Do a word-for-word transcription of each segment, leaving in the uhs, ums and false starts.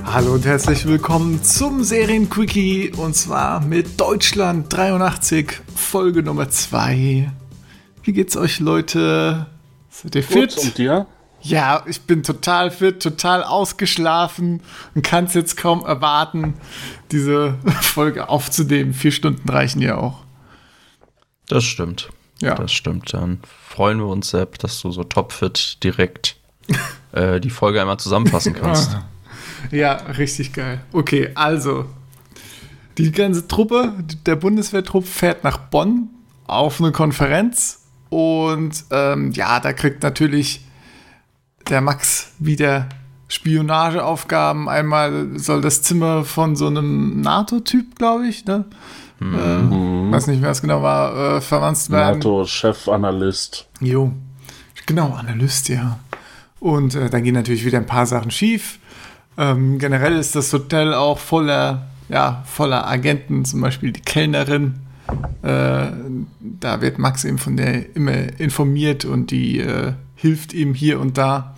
Hallo und herzlich willkommen zum Serienquickie und zwar mit Deutschland dreiundachtzig, Folge Nummer zwei. Wie geht's euch, Leute? Seid ihr fit? Gut, und dir? Ja, ich bin total fit, total ausgeschlafen und kann es jetzt kaum erwarten, diese Folge aufzunehmen. Vier Stunden reichen ja auch. Das stimmt. Ja. Das stimmt. Dann freuen wir uns, Sepp, dass du so topfit direkt äh, die Folge einmal zusammenfassen kannst. Ja, richtig geil. Okay, also, die ganze Truppe, der Bundeswehrtrupp fährt nach Bonn auf eine Konferenz und ähm, ja, da kriegt natürlich der Max wieder Spionageaufgaben. Einmal soll das Zimmer von so einem NATO-Typ, glaube ich, ne? Mhm. Äh, weiß nicht, wer es genau war, äh, verwandt werden. NATO-Chefanalyst. Jo, genau, Analyst, ja. Und äh, dann gehen natürlich wieder ein paar Sachen schief. Ähm, generell ist das Hotel auch voller, ja, voller Agenten, zum Beispiel die Kellnerin. Äh, da wird Max eben von der immer informiert und die äh, hilft ihm hier und da.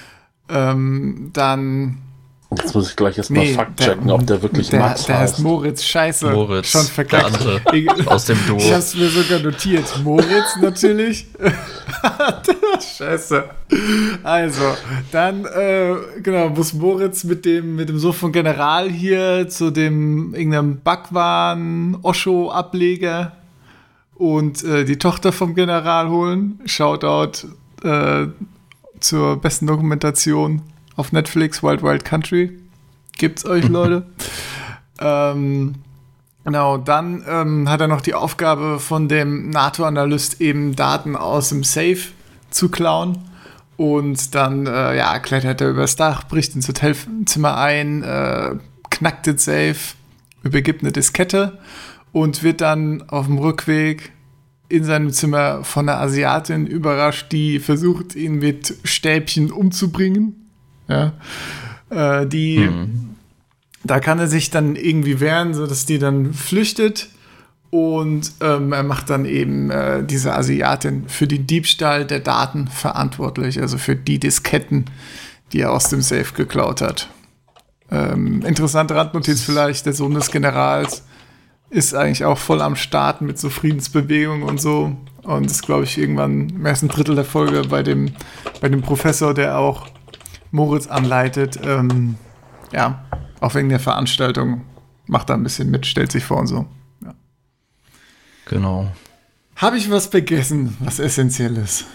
Ähm, dann Jetzt muss ich gleich erstmal Nee, fact-checken, der- ob der wirklich der, Max der heißt heißt. Moritz, scheiße. Moritz, schon der verkackt. andere Ich, aus dem Duo. ich hab's mir sogar notiert. Moritz natürlich. Scheiße. Also, dann äh, genau, muss Moritz mit dem, mit dem Sohn von General hier zu dem irgendeinem Backwaren-Osho-Ableger und äh, die Tochter vom General holen. Shoutout äh, zur besten Dokumentation auf Netflix, Wild Wild Country. Gibt's euch, Leute. ähm, genau, dann ähm, hat er noch die Aufgabe von dem NATO-Analyst eben Daten aus dem Safe zu klauen. Und dann äh, ja, klettert er übers Dach, bricht ins Hotelzimmer ein, äh, knackt den Safe, übergibt eine Diskette und wird dann auf dem Rückweg in seinem Zimmer von einer Asiatin überrascht, die versucht, ihn mit Stäbchen umzubringen. Ja. Äh, die, Mhm. Da kann er sich dann irgendwie wehren, sodass die dann flüchtet. Und ähm, er macht dann eben äh, diese Asiatin für den Diebstahl der Daten verantwortlich, also für die Disketten, die er aus dem Safe geklaut hat. Ähm, interessante Randnotiz vielleicht, der Sohn des Generals ist eigentlich auch voll am Start mit so Friedensbewegungen und so. Und ist, glaube ich, irgendwann im ersten Drittel der Folge bei dem, bei dem Professor, der auch Moritz anleitet. Ähm, ja, auch wegen der Veranstaltung macht er ein bisschen mit, stellt sich vor und so. Ja. Genau. Habe ich was vergessen, was essentiell ist?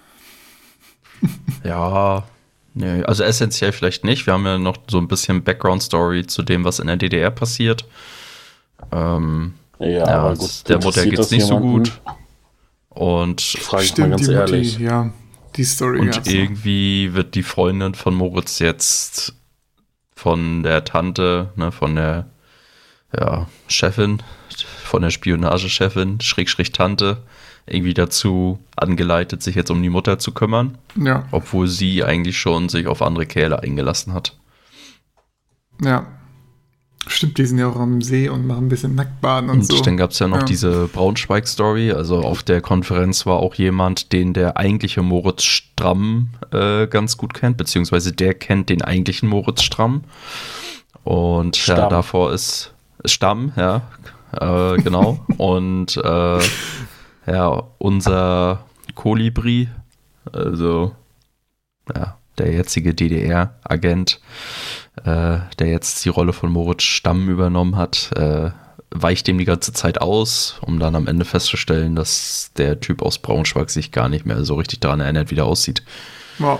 Ja, nee, also essentiell vielleicht nicht. Wir haben ja noch so ein bisschen Background-Story zu dem, was in der D D R passiert. Ähm, Ja, ja, aber es- gut. der Mutter interessiert geht's das nicht so jemanden? gut. Und, Frage ich mal ganz die ehrlich. Mutti, ja, die Story und gab's noch. irgendwie wird die Freundin von Moritz jetzt von der Tante, ne, von der ja, Chefin, von der Spionagechefin, Schrägstrich Tante, irgendwie dazu angeleitet, sich jetzt um die Mutter zu kümmern, Ja, obwohl sie eigentlich schon sich auf andere Kerle eingelassen hat. ja. Stimmt, die sind ja auch am See und machen ein bisschen Nacktbaden und, Und so. dann gab es ja noch Ja. diese Braunschweig-Story. Also auf der Konferenz war auch jemand, den der eigentliche Moritz Stramm äh, ganz gut kennt, beziehungsweise der kennt den eigentlichen Moritz Stramm. Und ja, Stamm. davor ist Stamm, ja, äh, genau. Und äh, ja, unser Kolibri, also ja, der jetzige D D R-Agent, äh, der jetzt die Rolle von Moritz Stamm übernommen hat, äh, weicht dem die ganze Zeit aus, um dann am Ende festzustellen, dass der Typ aus Braunschweig sich gar nicht mehr so richtig daran erinnert, wie der aussieht. Ja.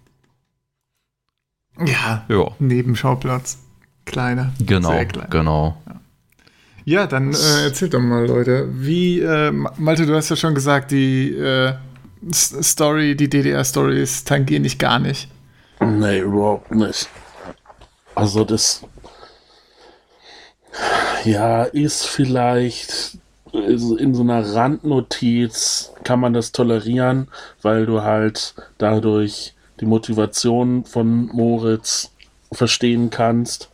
Ja, Ja, Nebenschauplatz. Kleiner. genau, Sehr klein. genau. Ja, dann äh, erzählt doch mal, Leute. Wie, äh, Malte, du hast ja schon gesagt, die äh, S- Story, die D D R-Stories tangieren dich gar nicht. Nee, überhaupt nicht. Also das ja, ist vielleicht in so einer Randnotiz kann man das tolerieren, weil du halt dadurch die Motivation von Moritz verstehen kannst.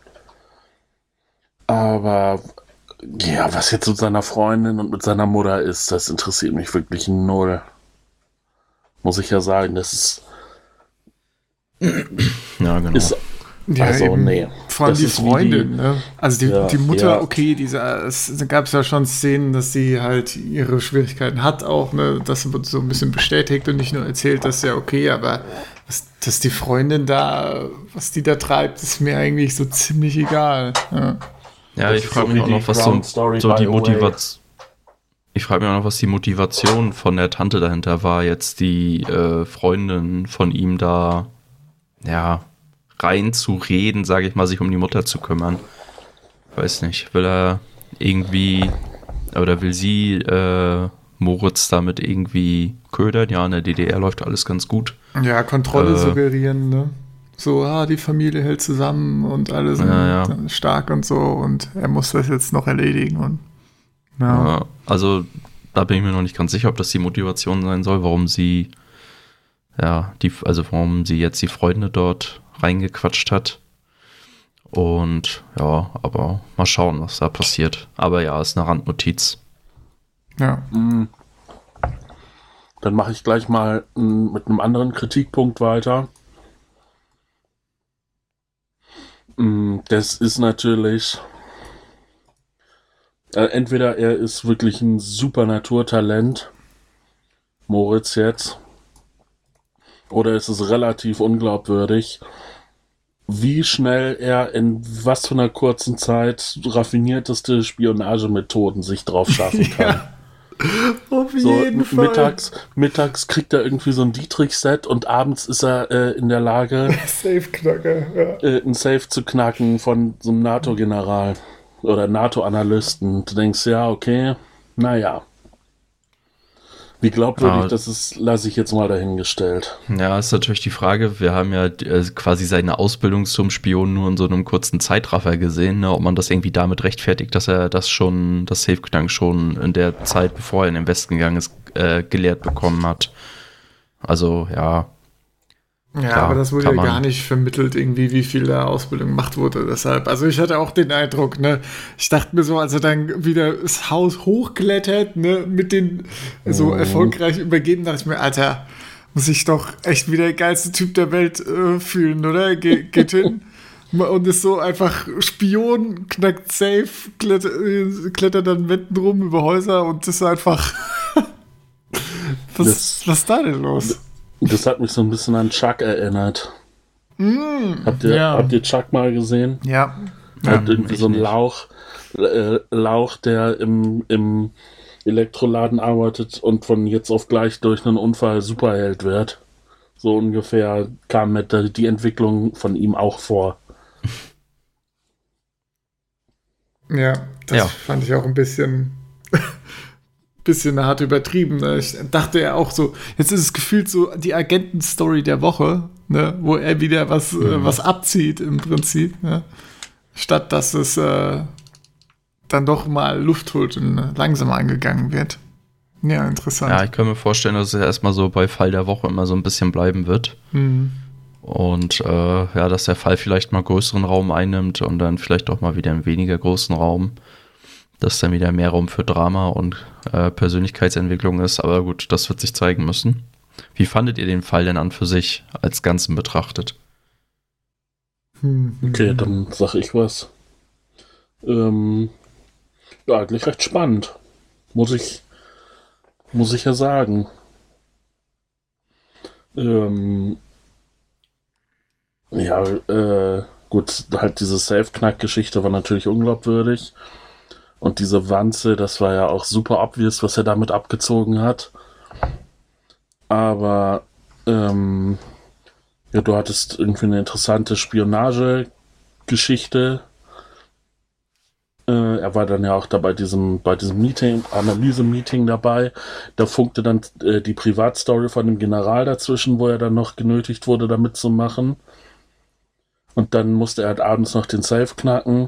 Aber ja, was jetzt mit seiner Freundin und mit seiner Mutter ist, das interessiert mich wirklich null. Muss ich ja sagen, das ist, Ja, genau. ist Ja, also, eben. nee. Vor allem Das die ist wie Freundin, die- ne? Also die, Ja, die Mutter, ja. okay, diese, es da gab es ja schon Szenen, dass sie halt ihre Schwierigkeiten hat auch, ne? Das wird so ein bisschen bestätigt und nicht nur erzählt, das ist ja okay, aber was, dass die Freundin da, was die da treibt, ist mir eigentlich so ziemlich egal. Ja, Ja, Das ich ist frage so mich wie auch die noch, was so, Ground Story so by die the way. Motivation. Ich frage mich auch noch, was die Motivation von der Tante dahinter war, jetzt die äh, Freundin von ihm da, ja, reinzureden, sage ich mal, sich um die Mutter zu kümmern. Weiß nicht, will er irgendwie, oder will sie äh, Moritz damit irgendwie ködern? Ja, in der D D R läuft alles ganz gut. ja Kontrolle Äh. suggerieren, ne? So, ah, die Familie hält zusammen und alle sind Ja, ja. stark und so und er muss das jetzt noch erledigen und ja. Ja, also da bin ich mir noch nicht ganz sicher, ob das die Motivation sein soll, warum sie, ja, die, also warum sie jetzt die Freunde dort reingequatscht hat. Und ja, aber mal schauen, was da passiert. Aber ja, ist eine Randnotiz. ja. Mm. Dann mache ich gleich mal mm, mit einem anderen Kritikpunkt weiter. Mm, Das ist natürlich, äh, entweder er ist wirklich ein super Naturtalent, Moritz jetzt, oder es ist relativ unglaubwürdig, wie schnell er in was für einer kurzen Zeit raffinierteste Spionagemethoden sich drauf schaffen kann. Auf So, jeden m- Fall. mittags, mittags kriegt er irgendwie so ein Dietrich-Set und abends ist er äh, in der Lage, Safe-Knacker, ja. äh, ein Safe zu knacken von so einem NATO-General oder NATO-Analysten. Du denkst, ja, okay, naja. Wie glaubwürdig Ah. das ist, lasse ich jetzt mal dahingestellt. Ja, ist natürlich die Frage, wir haben ja äh, quasi seine Ausbildung zum Spion nur in so einem kurzen Zeitraffer gesehen, ne, ob man das irgendwie damit rechtfertigt, dass er das schon, das Safe-Knacken schon in der Zeit, bevor er in den Westen gegangen ist, äh, gelehrt bekommen hat. Also, ja. Ja, Klar, aber das wurde kann ja man. gar nicht vermittelt, irgendwie, wie viel da Ausbildung gemacht wurde. Deshalb, also ich hatte auch den Eindruck, ne, ich dachte mir so, als er dann wieder das Haus hochklettert, ne, mit den so Mhm. erfolgreich übergeben, dachte ich mir, Alter, muss ich doch echt wieder der geilste Typ der Welt äh, fühlen, oder? Ge geht hin und ist so einfach Spion, knackt safe, klettert, äh, klettert dann Wänden rum über Häuser und ist einfach. was, Das- was ist da denn los? Das hat mich so ein bisschen an Chuck erinnert. habt, ihr, ja. habt ihr Chuck mal gesehen? Ja. Er hat irgendwie ich so ein nicht. Lauch, äh, Lauch, der im, im Elektroladen arbeitet und von jetzt auf gleich durch einen Unfall Superheld wird. So ungefähr kam mit der, die Entwicklung von ihm auch vor. Ja, das Ja. fand ich auch ein bisschen, bisschen hart übertrieben. Ne? Ich dachte ja auch so, jetzt ist es gefühlt so die Agenten-Story der Woche, ne? Wo er wieder was, äh, was abzieht im Prinzip, ne? Statt dass es äh, dann doch mal Luft holt und äh, langsam angegangen wird. Ja, interessant. Ja, ich kann mir vorstellen, dass es erstmal so bei Fall der Woche immer so ein bisschen bleiben wird. Mhm. Und äh, ja, dass der Fall vielleicht mal größeren Raum einnimmt und dann vielleicht auch mal wieder einen weniger großen Raum. Dass dann wieder mehr Raum für Drama und äh, Persönlichkeitsentwicklung ist. Aber gut, das wird sich zeigen müssen. Wie fandet ihr den Fall denn an für sich als Ganzen betrachtet? Hm. Okay, dann sag ich was. Ähm, ja, eigentlich recht spannend. Muss ich, muss ich ja sagen. Ähm, ja, äh, gut, halt diese Safe-Knack-Geschichte war natürlich unglaubwürdig. Und diese Wanze, das war ja auch super obvious, was er damit abgezogen hat. Aber, ähm, ja, du hattest irgendwie eine interessante Spionagegeschichte. Äh, er war dann ja auch da bei diesem, bei diesem Meeting, Analyse-Meeting dabei. Da funkte dann äh, die Privatstory von dem General dazwischen, wo er dann noch genötigt wurde, da mitzumachen. Und dann musste er halt abends noch den Safe knacken.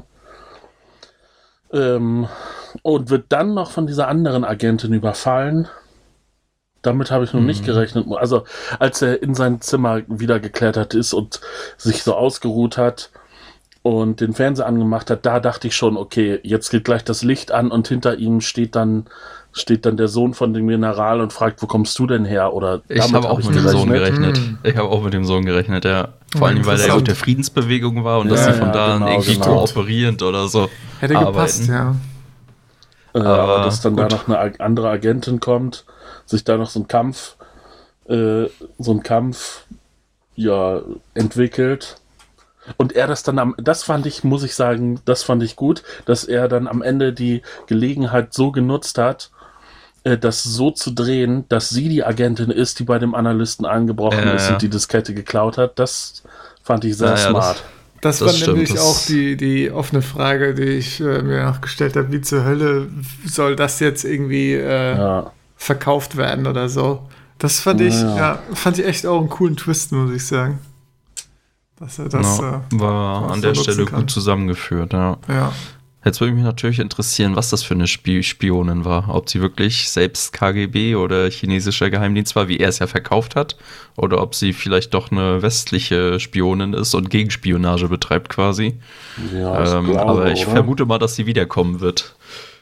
Ähm, und wird dann noch von dieser anderen Agentin überfallen. Damit habe ich noch nicht gerechnet. Also, als er in sein Zimmer wieder geklettert ist und sich so ausgeruht hat und den Fernseher angemacht hat, da dachte ich schon, okay, jetzt geht gleich das Licht an und hinter ihm steht dann, steht dann der Sohn von dem General und fragt, wo kommst du denn her? Oder Ich damit habe auch hab mit dem Sohn gerechnet. gerechnet. Hm. Ich habe auch mit dem Sohn gerechnet, ja. Vor allem, weil er Interessant. mit der Friedensbewegung war und Ja, dass sie von ja, da an genau, irgendwie genau. kooperierend oder so Hätte gepasst, ja. Äh, Aber aber dass dann gut. da noch eine ag- andere Agentin kommt, sich da noch so ein Kampf, äh, so ein Kampf, ja, entwickelt. Und er das dann am, das fand ich, muss ich sagen, das fand ich gut, dass er dann am Ende die Gelegenheit so genutzt hat, äh, das so zu drehen, dass sie die Agentin ist, die bei dem Analysten eingebrochen Ja, ist ja. und die Diskette geklaut hat. Das fand ich sehr Ja, ja, smart. Das, Das war stimmt, nämlich das- auch die, die offene Frage, die ich äh, mir noch gestellt habe. Wie zur Hölle soll das jetzt irgendwie äh, Ja. verkauft werden oder so? Das fand ich, Ja. ja, fand ich echt auch einen coolen Twist, muss ich sagen. Dass er das, Ja, äh, war was an so der nutzen Stelle kann. gut zusammengeführt, ja. ja. Jetzt würde mich natürlich interessieren, was das für eine Spi- Spionin war. Ob sie wirklich selbst K G B oder chinesischer Geheimdienst war, wie er es ja verkauft hat. Oder ob sie vielleicht doch eine westliche Spionin ist und Gegenspionage betreibt quasi. Ja, ich Ähm, glaube, aber ich oder? vermute mal, dass sie wiederkommen wird.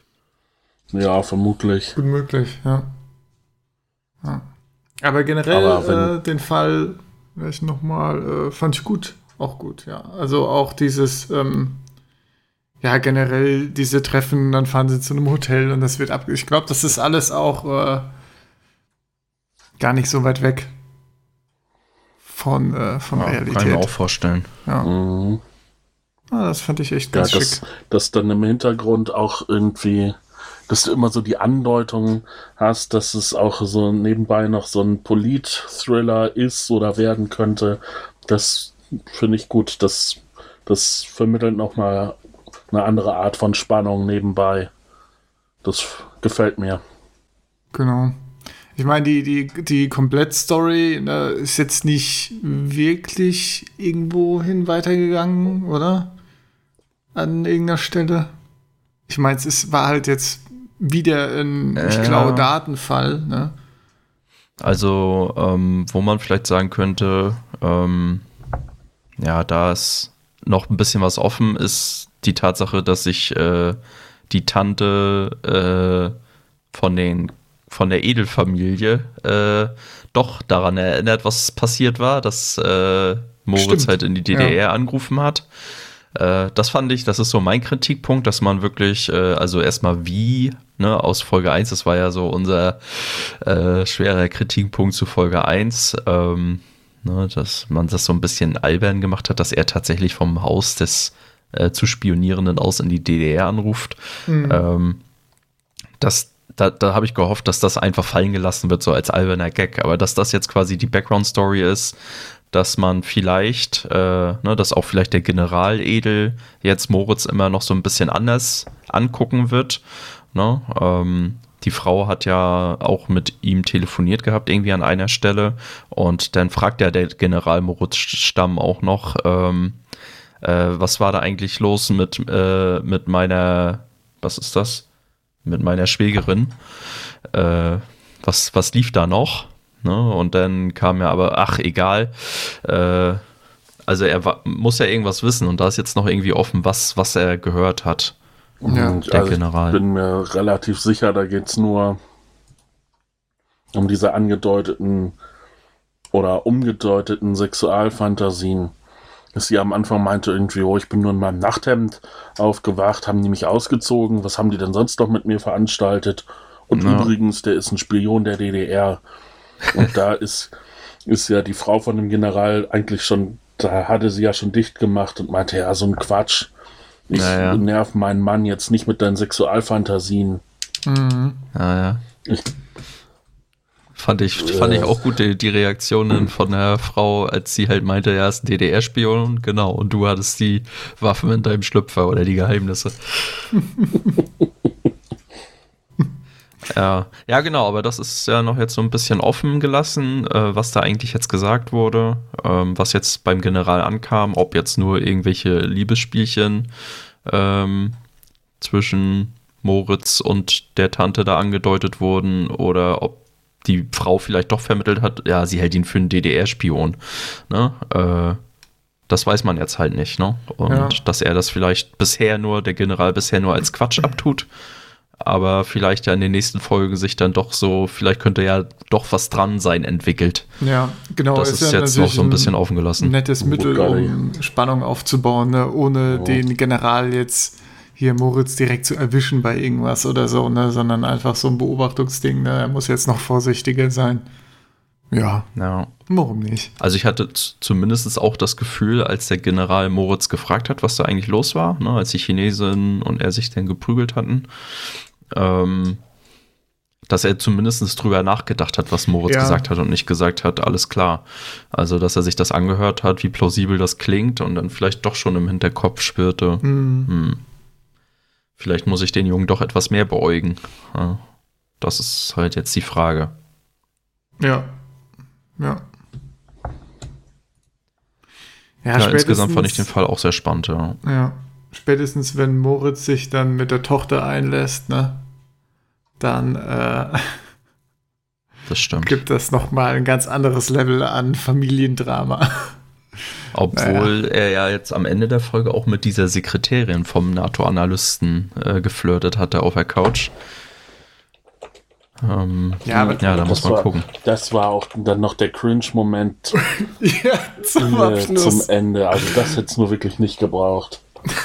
Ja, vermutlich. Gut möglich, ja. ja. Aber generell Aber wenn- äh, den Fall, welchen nochmal, äh, fand ich gut. Auch gut, ja. Also auch dieses, ähm, ja, generell diese Treffen, dann fahren sie zu einem Hotel und das wird ab. Ich glaube, das ist alles auch äh, gar nicht so weit weg von, äh, von Ja, kann ich mir auch Realität. vorstellen. Ja. Mhm. Ah, das fand ich echt Ja, ganz dass, schick. dass dann im Hintergrund auch irgendwie, dass du immer so die Andeutung hast, dass es auch so nebenbei noch so ein Polit-Thriller ist oder werden könnte. Das finde ich gut. Das, das vermittelt nochmal eine andere Art von Spannung nebenbei. Das gefällt mir. Genau. Ich meine, die, die, die Komplett-Story ne, ist jetzt nicht wirklich irgendwohin weitergegangen, oder? An irgendeiner Stelle. Ich meine, es ist, war halt jetzt wieder ein Ich Ja. glaube Datenfall, ne? Also, ähm, wo man vielleicht sagen könnte, ähm, ja, da ist noch ein bisschen was offen, ist die Tatsache, dass sich äh, die Tante äh, von den von der Edelfamilie äh, doch daran erinnert, was passiert war, dass äh, Moritz Stimmt. halt in die D D R angerufen hat. Äh, das fand ich, das ist so mein Kritikpunkt, dass man wirklich, äh, also erstmal wie, ne, aus Folge eins, das war ja so unser äh, schwerer Kritikpunkt zu Folge eins, ähm, ne, dass man das so ein bisschen albern gemacht hat, dass er tatsächlich vom Haus des äh, zu Spionierenden aus in die D D R anruft. Mhm. Ähm, das Da, da habe ich gehofft, dass das einfach fallen gelassen wird, so als alberner Gag. Aber dass das jetzt quasi die Background-Story ist, dass man vielleicht, äh, ne, dass auch vielleicht der General Edel jetzt Moritz immer noch so ein bisschen anders angucken wird. Ne? Ähm, die Frau hat ja auch mit ihm telefoniert gehabt, irgendwie an einer Stelle. Und dann fragt ja der General Moritz Stamm auch noch, ähm, äh, was war da eigentlich los mit, äh, mit meiner, was ist das? Mit meiner Schwägerin. Äh, was, was lief da noch? Ne? Und dann kam ja aber, ach, egal. Äh, also er wa- muss ja irgendwas wissen und da ist jetzt noch irgendwie offen, was, was er gehört hat. Ja, Und der also General. Ich bin mir relativ sicher, da geht es nur um diese angedeuteten oder umgedeuteten Sexualfantasien. Dass sie am Anfang meinte irgendwie, oh, ich bin nur in meinem Nachthemd aufgewacht, haben die mich ausgezogen, was haben die denn sonst noch mit mir veranstaltet? Und Ja. übrigens, der ist ein Spion der D D R. Und da ist, ist ja die Frau von dem General eigentlich schon, da hatte sie ja schon dicht gemacht und meinte, ja, so ein Quatsch. Ich Naja. nerv meinen Mann jetzt nicht mit deinen Sexualfantasien. Mhm. Ja, ja. Ich, Fand ich, fand ich auch gut, die, die Reaktionen von der Frau, als sie halt meinte, ja, ist ein D D R-Spion, genau, und du hattest die Waffen in deinem Schlüpfer oder die Geheimnisse. ja, ja, genau, aber das ist ja noch jetzt so ein bisschen offen gelassen, äh, was da eigentlich jetzt gesagt wurde, ähm, was jetzt beim General ankam, ob jetzt nur irgendwelche Liebesspielchen ähm, zwischen Moritz und der Tante da angedeutet wurden oder ob die Frau vielleicht doch vermittelt hat, ja, sie hält ihn für einen D D R-Spion. Ne? Äh, das weiß man jetzt halt nicht, ne? Und Ja. dass er das vielleicht bisher nur, der General bisher nur als Quatsch abtut. aber vielleicht ja in den nächsten Folgen sich dann doch so, vielleicht könnte ja doch was dran sein, entwickelt. Ja, genau. Das ist, ist ja jetzt noch so ein bisschen offen gelassen. Ein nettes Mittel, um Spannung aufzubauen, ne? Ohne oh. den General jetzt hier Moritz direkt zu erwischen bei irgendwas oder so, ne? Sondern einfach so ein Beobachtungsding, ne? Er muss jetzt noch vorsichtiger sein. Ja, ja. Warum nicht? Also ich hatte z- zumindest auch das Gefühl, als der General Moritz gefragt hat, was da eigentlich los war, ne, als die Chinesen und er sich dann geprügelt hatten, ähm, dass er zumindest drüber nachgedacht hat, was Moritz ja. gesagt hat und nicht gesagt hat, alles klar. Also, dass er sich das angehört hat, wie plausibel das klingt und dann vielleicht doch schon im Hinterkopf spürte, mhm. hm, vielleicht muss ich den Jungen doch etwas mehr beäugen. Ja, das ist halt jetzt die Frage. Ja. Ja. Ja, ja insgesamt fand ich den Fall auch sehr spannend, ja. Ja, spätestens wenn Moritz sich dann mit der Tochter einlässt, ne, dann äh, das stimmt. gibt das nochmal ein ganz anderes Level an Familiendrama. Obwohl naja. er ja jetzt am Ende der Folge auch mit dieser Sekretärin vom NATO-Analysten äh, geflirtet hatte auf der Couch. Ähm, ja, aber ja, da muss man war, gucken. Das war auch dann noch der Cringe-Moment ja, zum, äh, zum Ende. Also das hätte es nur wirklich nicht gebraucht.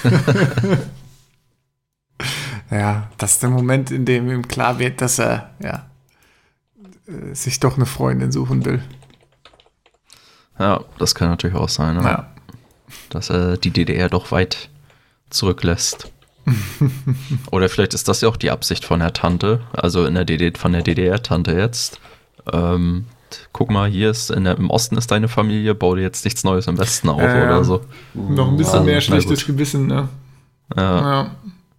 Ja, das ist der Moment, in dem ihm klar wird, dass er ja, sich doch eine Freundin suchen will. Ja, das kann natürlich auch sein. Ne? Ja. Dass er die D D R doch weit zurücklässt. Oder vielleicht ist das ja auch die Absicht von der Tante, also in der D D, von der D D R-Tante jetzt. Ähm, guck mal, hier ist in der, im Osten ist deine Familie, bau dir jetzt nichts Neues im Westen auf äh, oder so. Noch ein bisschen also, mehr schlechtes Gewissen, ne? Ja. ja.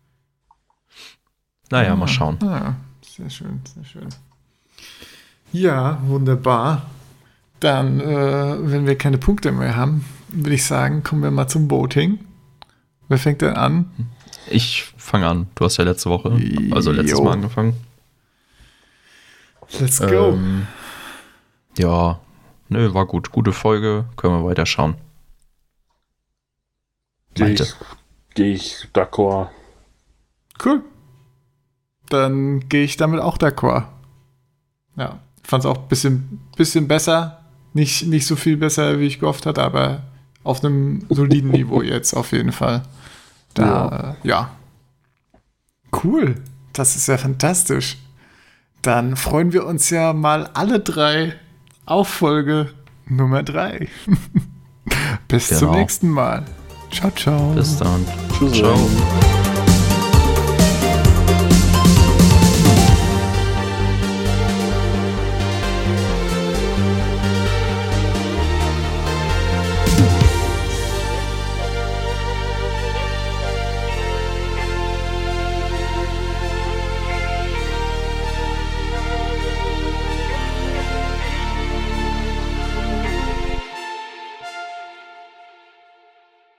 Naja, mal schauen. Ja, sehr schön, sehr schön. Ja, wunderbar. Dann, äh, wenn wir keine Punkte mehr haben, würde ich sagen, kommen wir mal zum Voting. Wer fängt denn an? Ich fange an. Du hast ja letzte Woche, also letztes Jo. Mal angefangen. Let's go. Ähm, ja, nö, war gut. Gute Folge. Können wir weiter schauen. Gehe ich, geh ich d'accord. Cool. Dann gehe ich damit auch d'accord. Ja, fand es auch ein bisschen, bisschen besser. Nicht, nicht so viel besser, wie ich gehofft hatte, aber auf einem soliden Niveau jetzt auf jeden Fall. Da, ja. Äh, ja. Cool. Das ist ja fantastisch. Dann freuen wir uns ja mal alle drei auf Folge Nummer drei. Bis genau. zum nächsten Mal. Ciao, ciao. Bis dann. Tschüss. Ciao.